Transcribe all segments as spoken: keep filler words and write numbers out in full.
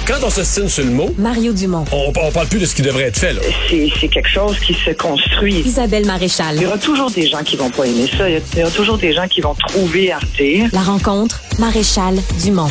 Quand on s'estime sur le mot, Mario Dumont. On, on parle plus de ce qui devrait être fait, là. C'est, c'est quelque chose qui se construit. Isabelle Maréchal. Il y aura toujours des gens qui vont pas aimer ça. Il y aura toujours des gens qui vont trouver à redire. La rencontre, Maréchal Dumont.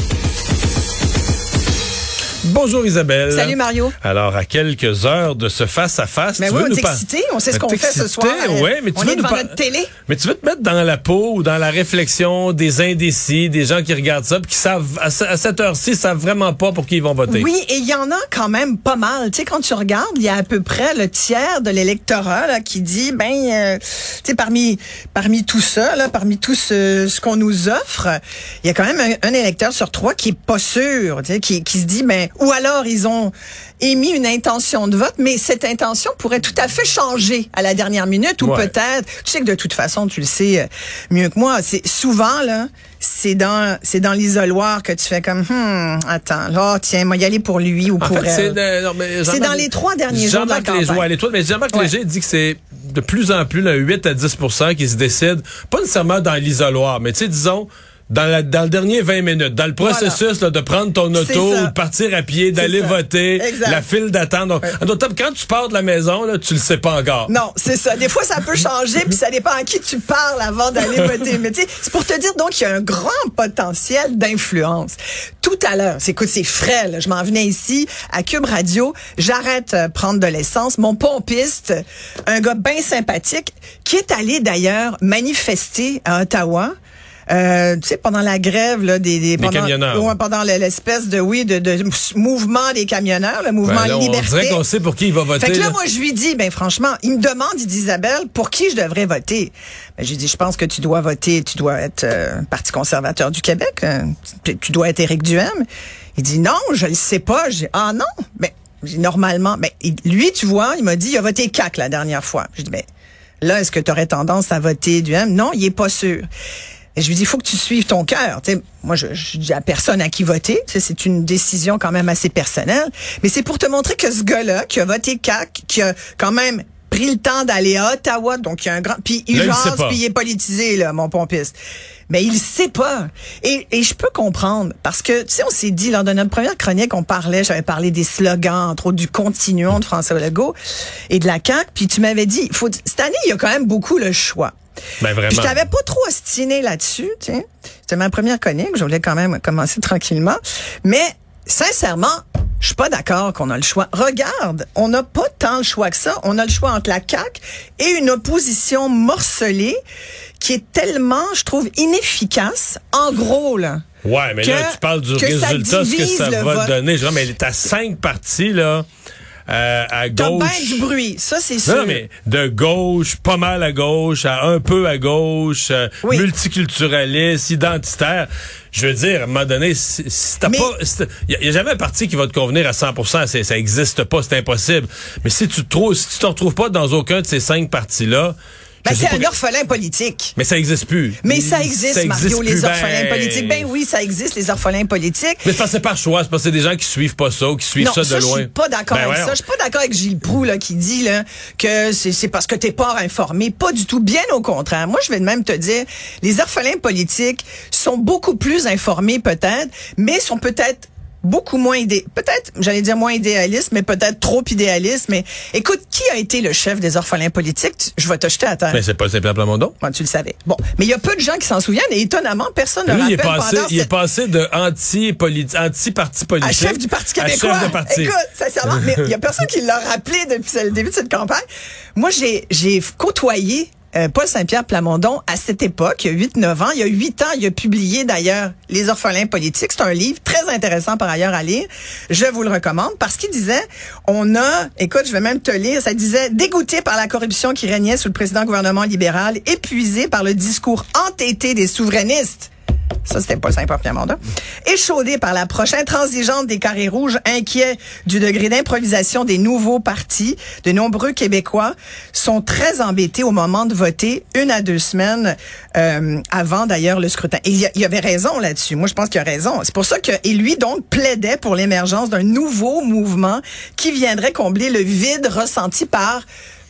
Bonjour Isabelle. Salut Mario. Alors, à quelques heures de ce face-à-face, mais tu oui, veux on nous est par... excité, on sait ce qu'on fait ce soir. Ouais, mais tu on veux est nous devant par... notre télé. Mais tu veux te mettre dans la peau ou dans la réflexion des indécis, des gens qui regardent ça, puis qui savent, à cette heure-ci, savent vraiment pas pour qui ils vont voter. Oui, et il y en a quand même pas mal. Tu sais, quand tu regardes, il y a à peu près le tiers de l'électorat là, qui dit, ben, euh, tu sais, parmi parmi tout ça, là, parmi tout ce, ce qu'on nous offre, il y a quand même un, un électeur sur trois qui est pas sûr, tu sais, qui, qui se dit, ben, ou alors ils ont émis une intention de vote, mais cette intention pourrait tout à fait changer à la dernière minute ou ouais. peut-être, tu sais que de toute façon, tu le sais mieux que moi, c'est souvent, là, c'est dans c'est dans l'isoloir que tu fais comme, hum, attends, là, tiens, moi y aller pour lui ou pour en fait, elle. C'est, de, non, mais c'est dans les trois derniers jours de la campagne. Léger, les mais Jean-Marc ouais. Léger dit que c'est de plus en plus, là, huit à dix pour cent qui se décident, pas nécessairement dans l'isoloir, mais tu sais, disons, Dans, la, dans le dernier vingt minutes, dans le processus voilà. là, de prendre ton auto ou de partir à pied, d'aller ça. voter, exact. La file d'attente. Donc, ouais. Quand tu pars de la maison, là, tu le sais pas encore. Non, c'est ça. Des fois, ça peut changer, puis ça dépend à qui tu parles avant d'aller voter. Mais tu sais, c'est pour te dire donc qu'il y a un grand potentiel d'influence. Tout à l'heure, c'est, écoute, c'est frais, là. Je m'en venais ici à Cube Radio, j'arrête euh, prendre de l'essence. Mon pompiste, un gars bien sympathique, qui est allé d'ailleurs manifester à Ottawa. Euh, tu sais, pendant la grève là, des, des, des pendant, camionneurs. Ouais, pendant l'espèce de oui de, de mouvement des camionneurs, le mouvement ben là, liberté. On dirait qu'on sait pour qui il va voter. Fait que là, là. moi, je lui dis, ben franchement, il me demande, il dit Isabelle, pour qui je devrais voter. Ben, j'ai dit, je pense que tu dois voter, tu dois être euh, Parti conservateur du Québec, euh, tu dois être Éric Duhaime. Il dit non, je le sais pas. J'ai ah non, ben normalement, ben lui, tu vois, il m'a dit, il a voté C A Q la dernière fois. Je dis ben là, est-ce que tu aurais tendance à voter Duhaime? Non, il est pas sûr. Et je lui dis, il faut que tu suives ton cœur. Tu sais, moi, je, je dis à personne à qui voter. Tu sais, c'est une décision quand même assez personnelle. Mais c'est pour te montrer que ce gars-là, qui a voté C A Q, qui a quand même pris le temps d'aller à Ottawa, donc il y a un grand... Puis il jase, puis il est politisé, là, mon pompiste. Mais il sait pas. Et, et je peux comprendre. Parce que, tu sais, on s'est dit, lors de notre première chronique, on parlait, j'avais parlé des slogans, entre autres du continuum de François Legault et de la C A Q. Puis tu m'avais dit, faut, cette année, il y a quand même beaucoup le choix. Ben vraiment. Je t'avais pas trop ostiné là-dessus, tu sais. C'était ma première chronique, je voulais quand même commencer tranquillement. Mais, sincèrement, je suis pas d'accord qu'on a le choix. Regarde, on n'a pas tant le choix que ça. On a le choix entre la C A Q et une opposition morcelée qui est tellement, je trouve, inefficace. En gros, là. Ouais, mais que, là, tu parles du résultat, ce que ça va vote. donner. Genre, mais t'as cinq partis, là. Euh, à gauche. T'as bien du bruit, ça c'est sûr. Non, mais de gauche, pas mal à gauche, à un peu à gauche, euh, oui. multiculturaliste, identitaire. Je veux dire, à un moment donné, si, si t'as mais, pas, il y, y a jamais un parti qui va te convenir à cent pour cent. C'est, ça existe pas, c'est impossible. Mais si tu te trouves, si tu te retrouves pas dans aucun de ces cinq partis-là. Ben, c'est un que... orphelin politique. Mais ça existe plus. Mais ça existe, ça Mario, existe les orphelins ben... politiques. Ben oui, ça existe, les orphelins politiques. Mais c'est parce que c'est par choix, c'est parce que c'est des gens qui suivent pas ça ou qui suivent non, ça, ça de loin. Je suis pas d'accord ben avec voyons. ça. Je suis pas d'accord avec Gilles Proulx là, qui dit là, que c'est, c'est parce que t'es pas informé. Pas du tout. Bien au contraire. Moi, je vais même te dire, les orphelins politiques sont beaucoup plus informés peut-être, mais sont peut-être beaucoup moins idé, peut-être, j'allais dire moins idéaliste, mais peut-être trop idéaliste. Mais écoute, qui a été le chef des orphelins politiques? Je vais te jeter à terre. Mais c'est pas Saint-Pierre Plamondon. Bon, tu le savais. Bon, mais il y a peu de gens qui s'en souviennent et étonnamment, personne ne Lui, rappelle il est passé, pendant il cette... est passé de anti-parti anti politique à chef du Parti québécois. À chef de parti. Écoute, sincèrement, mais il y a personne qui l'a rappelé depuis le début de cette campagne. Moi, j'ai j'ai côtoyé Euh, Paul Saint-Pierre Plamondon, à cette époque, il y a huit neuf ans, il y a huit ans, il a publié d'ailleurs Les orphelins politiques. C'est un livre très intéressant par ailleurs à lire. Je vous le recommande parce qu'il disait, on a, écoute, je vais même te lire, ça disait, dégoûté par la corruption qui régnait sous le précédent gouvernement libéral, épuisé par le discours entêté des souverainistes. Ça, c'était pas Saint-Pierre Plamondon. Échaudé par la prochaine transigeante des carrés rouges, inquiet du degré d'improvisation des nouveaux partis, de nombreux Québécois sont très embêtés au moment de voter une à deux semaines euh, avant d'ailleurs le scrutin. Et il y, y avait raison là-dessus. Moi, je pense qu'il a raison. C'est pour ça que, et lui donc plaidait pour l'émergence d'un nouveau mouvement qui viendrait combler le vide ressenti par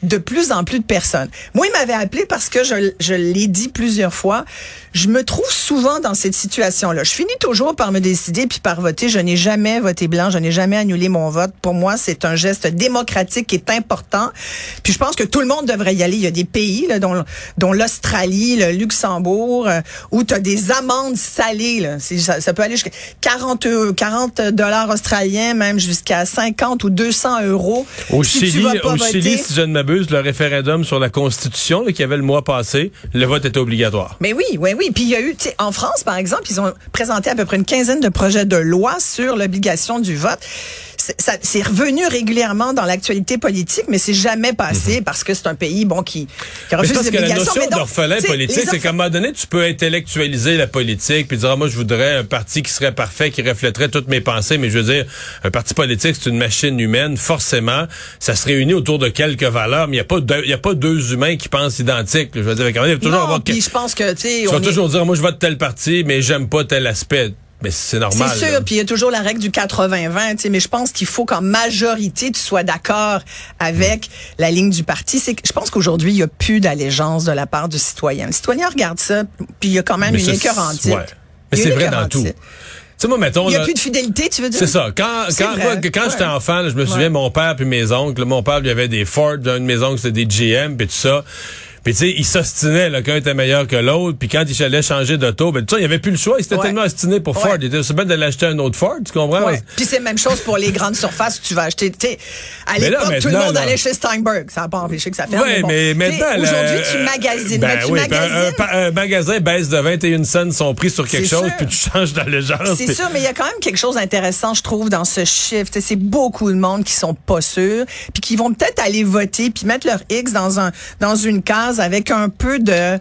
de plus en plus de personnes. Moi, il m'avait appelé parce que je, je l'ai dit plusieurs fois, je me trouve souvent dans cette situation-là. Je finis toujours par me décider puis par voter. Je n'ai jamais voté blanc, je n'ai jamais annulé mon vote. Pour moi, c'est un geste démocratique qui est important. Puis je pense que tout le monde devrait y aller. Il y a des pays, là, dont, dont l'Australie, le Luxembourg, euh, où tu as des amendes salées. Là. C'est, ça, ça peut aller jusqu'à quarante dollars australiens, même jusqu'à cinquante ou deux cents euros. Au si Chili, tu vas pas au voter. Chili, si je ne m'abuse, le référendum sur la Constitution là, qu'il y avait le mois passé, le vote était obligatoire. Mais oui, oui, oui. Puis il y a eu, tu sais, en France, par exemple, ils ont présenté à peu près une quinzaine de projets de loi sur l'obligation du vote. C'est, ça, c'est revenu régulièrement dans l'actualité politique, mais c'est jamais passé mm-hmm. parce que c'est un pays, bon, qui, qui refuse l'obligation. La notion donc, d'orphelin politique, c'est qu'à un moment donné, tu peux intellectualiser la politique puis dire, ah, moi, je voudrais un parti qui serait parfait, qui reflèterait toutes mes pensées, mais je veux dire, un parti politique, c'est une machine humaine, forcément, ça se réunit autour de quelques valeurs, mais il n'y a pas deux, il y a pas deux humains qui pensent identiques. Je veux dire, quand même, il va toujours non, avoir... puis je pense que, tu sais... Tu vas est... toujours dire, moi, je vote tel parti, mais j'aime pas tel aspect. Mais c'est normal. C'est sûr, puis il y a toujours la règle du quatre-vingts vingt, tu sais, mais je pense qu'il faut qu'en majorité, tu sois d'accord avec la ligne du parti. C'est que je pense qu'aujourd'hui, il n'y a plus d'allégeance de la part du citoyen. Le citoyen regarde ça, puis il y a quand même mais une écœur en titre. Ouais. Mais c'est vrai dans tout. Tu sais, moi, mettons, il n'y a là, plus de fidélité, tu veux dire? C'est ça. Quand, quand, moi, quand ouais. j'étais enfant, là, je me souviens, ouais. mon père puis mes oncles, là, mon père, lui, avait des Ford, un de mes oncles, c'était des G M, puis tout ça. Puis tu sais, il s'ostinait, là, qu'un était meilleur que l'autre. Puis quand il allait changer d'auto, ben tu sais, il n'y avait plus le choix. Il s'était ouais. tellement ostiné pour Ford. Ouais. Il était aussi bien d'aller acheter un autre Ford, tu comprends? Ouais. Puis c'est la même chose pour les grandes surfaces où tu vas acheter. Tu sais, à l'époque, tout le monde là, allait chez Steinberg. Ça n'a pas empêché que ça ferme. Oui, mais, bon. mais maintenant... Aujourd'hui, tu magasines. Ben tu oui, magasines. Un, un, un magasin baisse de vingt et une cents son prix sur quelque c'est chose, sûr. Puis tu changes d'allégeance. C'est puis... sûr, mais il y a quand même quelque chose d'intéressant, je trouve, dans ce shift. C'est beaucoup de monde qui sont pas sûrs, puis qui vont peut-être aller voter, puis mettre leur X dans, un, dans une case avec un peu de,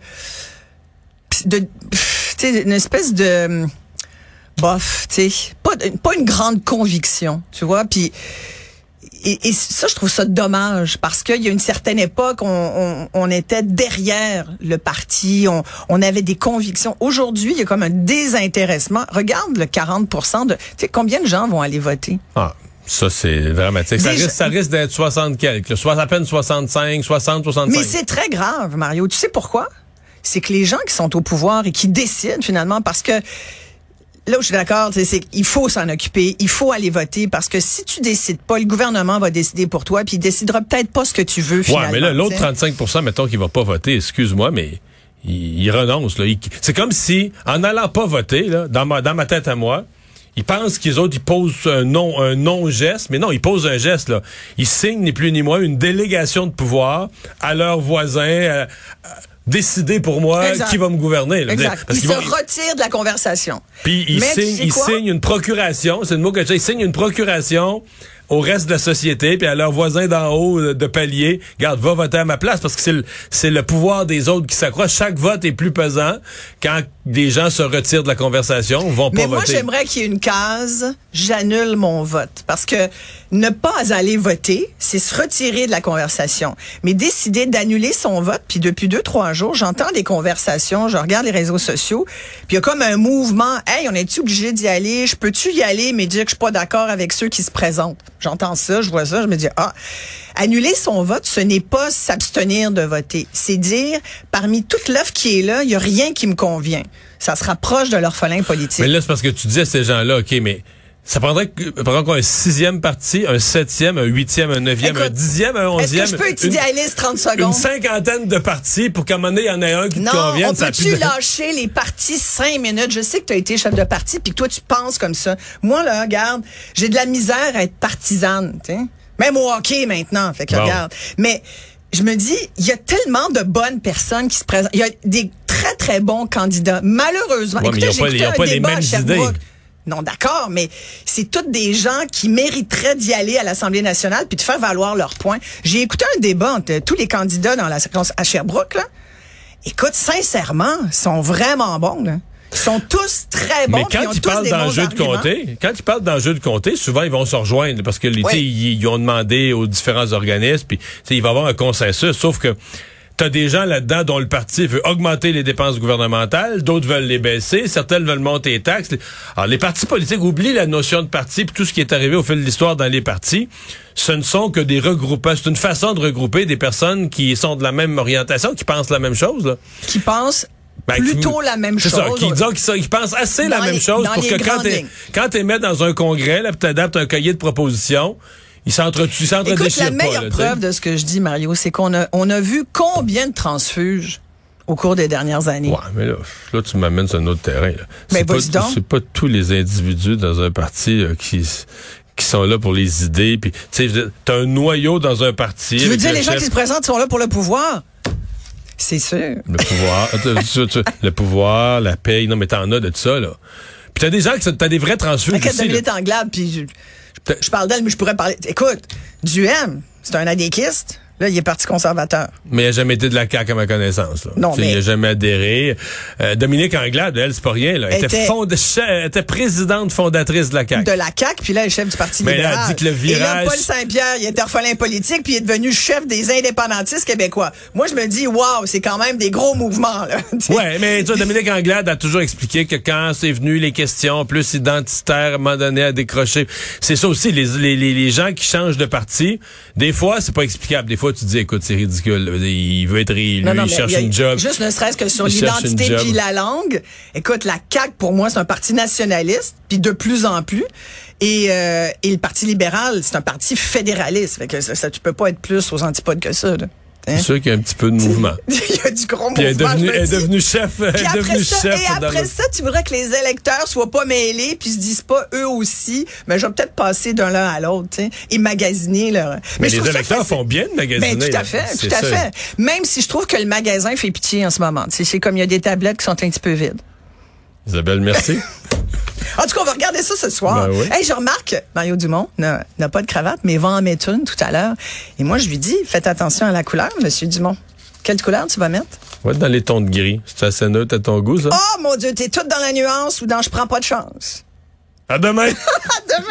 de tu sais, une espèce de bof, tu sais, pas, pas une grande conviction, tu vois, puis et, et ça, je trouve ça dommage parce qu'il y a une certaine époque, on, on, on était derrière le parti, on, on avait des convictions. Aujourd'hui, il y a comme un désintéressement. Regarde le quarante pour cent de, tu sais, combien de gens vont aller voter? Ah. Ça, c'est dramatique. Ça risque, ça risque d'être soixante quelques, soit à peine soixante-cinq, soixante, soixante-cinq. Mais c'est très grave, Mario. Tu sais pourquoi? C'est que les gens qui sont au pouvoir et qui décident finalement, parce que là où je suis d'accord, c'est qu'il faut s'en occuper, il faut aller voter, parce que si tu décides pas, le gouvernement va décider pour toi, puis il décidera peut-être pas ce que tu veux finalement. Ouais, mais là, l'autre trente-cinq pour cent, mettons qu'il va pas voter, excuse-moi, mais il, il renonce. Là. Il, c'est comme si, en n'allant pas voter, là, dans ma, dans ma tête à moi, ils pensent qu'ils autres, ils posent un non, un non-geste, mais non, ils posent un geste, là. Ils signent, ni plus ni moins, une délégation de pouvoir à leurs voisins, euh, décider pour moi exact. Qui va me gouverner. Là. Exact. Parce ils se vont... retirent de la conversation. Puis ils signent, ils signent une procuration, c'est le mot que j'ai, ils signent une procuration au reste de la société, puis à leurs voisins d'en haut de palier, regarde, va voter à ma place, parce que c'est le, c'est le pouvoir des autres qui s'accroît. Chaque vote est plus pesant quand des gens se retirent de la conversation, vont pas voter. Mais moi, j'aimerais qu'il y ait une case, j'annule mon vote. Parce que ne pas aller voter, c'est se retirer de la conversation. Mais décider d'annuler son vote, puis depuis deux, trois jours, j'entends des conversations, je regarde les réseaux sociaux, puis il y a comme un mouvement, hey, on est-tu obligé d'y aller? Je peux-tu y aller, mais dire que je suis pas d'accord avec ceux qui se présentent? J'entends ça, je vois ça, je me dis, ah, annuler son vote, ce n'est pas s'abstenir de voter. C'est dire, parmi toute l'offre qui est là, il n'y a rien qui me convient. Ça se rapproche de l'orphelin politique. Mais là, c'est parce que tu dis à ces gens-là, OK, mais ça prendrait, par exemple, un sixième parti, un septième, un huitième, un neuvième, Écoute, un dixième, un onzième. Est-ce que je peux étudier une, Alice trente secondes? Une cinquantaine de partis pour qu'à un moment donné, il y en ait un qui non, te convienne. Non, on peut-tu de... lâcher les partis cinq minutes? Je sais que tu as été chef de parti puis que toi, tu penses comme ça. Moi, là, regarde, j'ai de la misère à être partisane, tu sais. Même au hockey maintenant, fait que bon. Regarde. Mais je me dis, il y a tellement de bonnes personnes qui se présentent. Il y a des très, très bons candidats. Malheureusement. Ouais, écoutez, j'ai écouté un pas débat à Sherbrooke. Non, d'accord, mais c'est toutes des gens qui mériteraient d'y aller à l'Assemblée nationale puis de faire valoir leurs points. J'ai écouté un débat entre tous les candidats dans la à Sherbrooke, là. Écoute, sincèrement, ils sont vraiment bons, là. Ils sont tous très bons. Mais quand ils, ils parlent d'enjeux de comté, quand ils parlent d'enjeux de comté, souvent ils vont se rejoindre parce que oui. ils, ils ont demandé aux différents organismes, puis il va y avoir un consensus. Sauf que t'as des gens là-dedans dont le parti veut augmenter les dépenses gouvernementales, d'autres veulent les baisser, certaines veulent monter les taxes. Alors, les partis politiques oublient la notion de parti, puis tout ce qui est arrivé au fil de l'histoire dans les partis, ce ne sont que des regroupements. C'est une façon de regrouper des personnes qui sont de la même orientation, qui pensent la même chose, là. Qui pensent Ben, plutôt qui, la même c'est chose. Ça, qui, disons, qui, qui pensent assez dans la même les, chose pour que quand t'es, quand t'es mis dans un congrès, là, pis t'adaptes un cahier de propositions, ils s'entre-déchirent pas. Écoute, la meilleure là, preuve t'sais. de ce que je dis, Mario, c'est qu'on a, on a vu combien de transfuges au cours des dernières années. Ouais, mais là, là tu m'amènes sur un autre terrain. Là. Mais c'est, pas, c'est pas tous les individus dans un parti euh, qui... qui sont là pour les idées, puis tu sais, t'as un noyau dans un parti. Tu veux dire les chef... gens qui se présentent sont là pour le pouvoir? C'est sûr. Le pouvoir, le pouvoir, la paye, non mais t'en as de tout ça, là. Puis t'as des gens qui t'as des vrais transfuges aussi. Dominique Anglade, puis je, je parle d'elle, mais je pourrais parler... Écoute, Duhem, c'est un adéquiste. Là, il est parti conservateur. Mais il n'a jamais été de la C A Q à ma connaissance. Là. Non, mais... Il n'a jamais adhéré. Euh, Dominique Anglade, elle, c'est pas rien. Là. Elle était, fonde... elle était présidente fondatrice de la C A Q. De la C A Q, puis là, elle est chef du Parti mais libéral. Elle a dit que le virage... Et là, Paul Saint-Pierre, il est orphelin politique, puis il est devenu chef des indépendantistes québécois. Moi, je me dis, waouh, c'est quand même des gros mouvements. Là. Ouais, mais tu vois, Dominique Anglade a toujours expliqué que quand c'est venu les questions plus identitaires, à un moment donné, à décrocher, c'est ça aussi, les, les, les, les gens qui changent de parti, des fois, c'est pas explicable. Des fois, tu te dis, écoute, c'est ridicule. Il veut être réélu, non, non, il cherche une job. Juste ne serait-ce que sur l'identité puis la langue. Écoute, la C A Q, pour moi, c'est un parti nationaliste, puis de plus en plus. Et, euh, et le Parti libéral, c'est un parti fédéraliste. Fait que ça, ça, tu peux pas être plus aux antipodes que ça, là. Hein? C'est sûr qu'il y a un petit peu de mouvement. Il y a du gros puis mouvement. Elle est devenue, elle est devenue chef. Elle est devenue ça, chef. Et après le... ça, tu voudrais que les électeurs soient pas mêlés puis se disent pas eux aussi, mais je vais peut-être passer d'un l'un à l'autre, tu sais, et magasiner leur. Mais, mais les électeurs font bien de magasiner. Ben, tout à fait, tout à ça. fait. Même si je trouve que le magasin fait pitié en ce moment. Tu sais, c'est comme il y a des tablettes qui sont un petit peu vides. Isabelle, merci. En tout cas, on va regarder ça ce soir. Ben oui. Hey, je remarque, Mario Dumont n'a, n'a pas de cravate, mais va en mettre une tout à l'heure. Et moi, je lui dis, faites attention à la couleur, Monsieur Dumont. Quelle couleur tu vas mettre? Ouais, dans les tons de gris. C'est assez neutre à ton goût, ça? Oh, mon Dieu, t'es toute dans la nuance ou dans je prends pas de chance. À demain! À demain!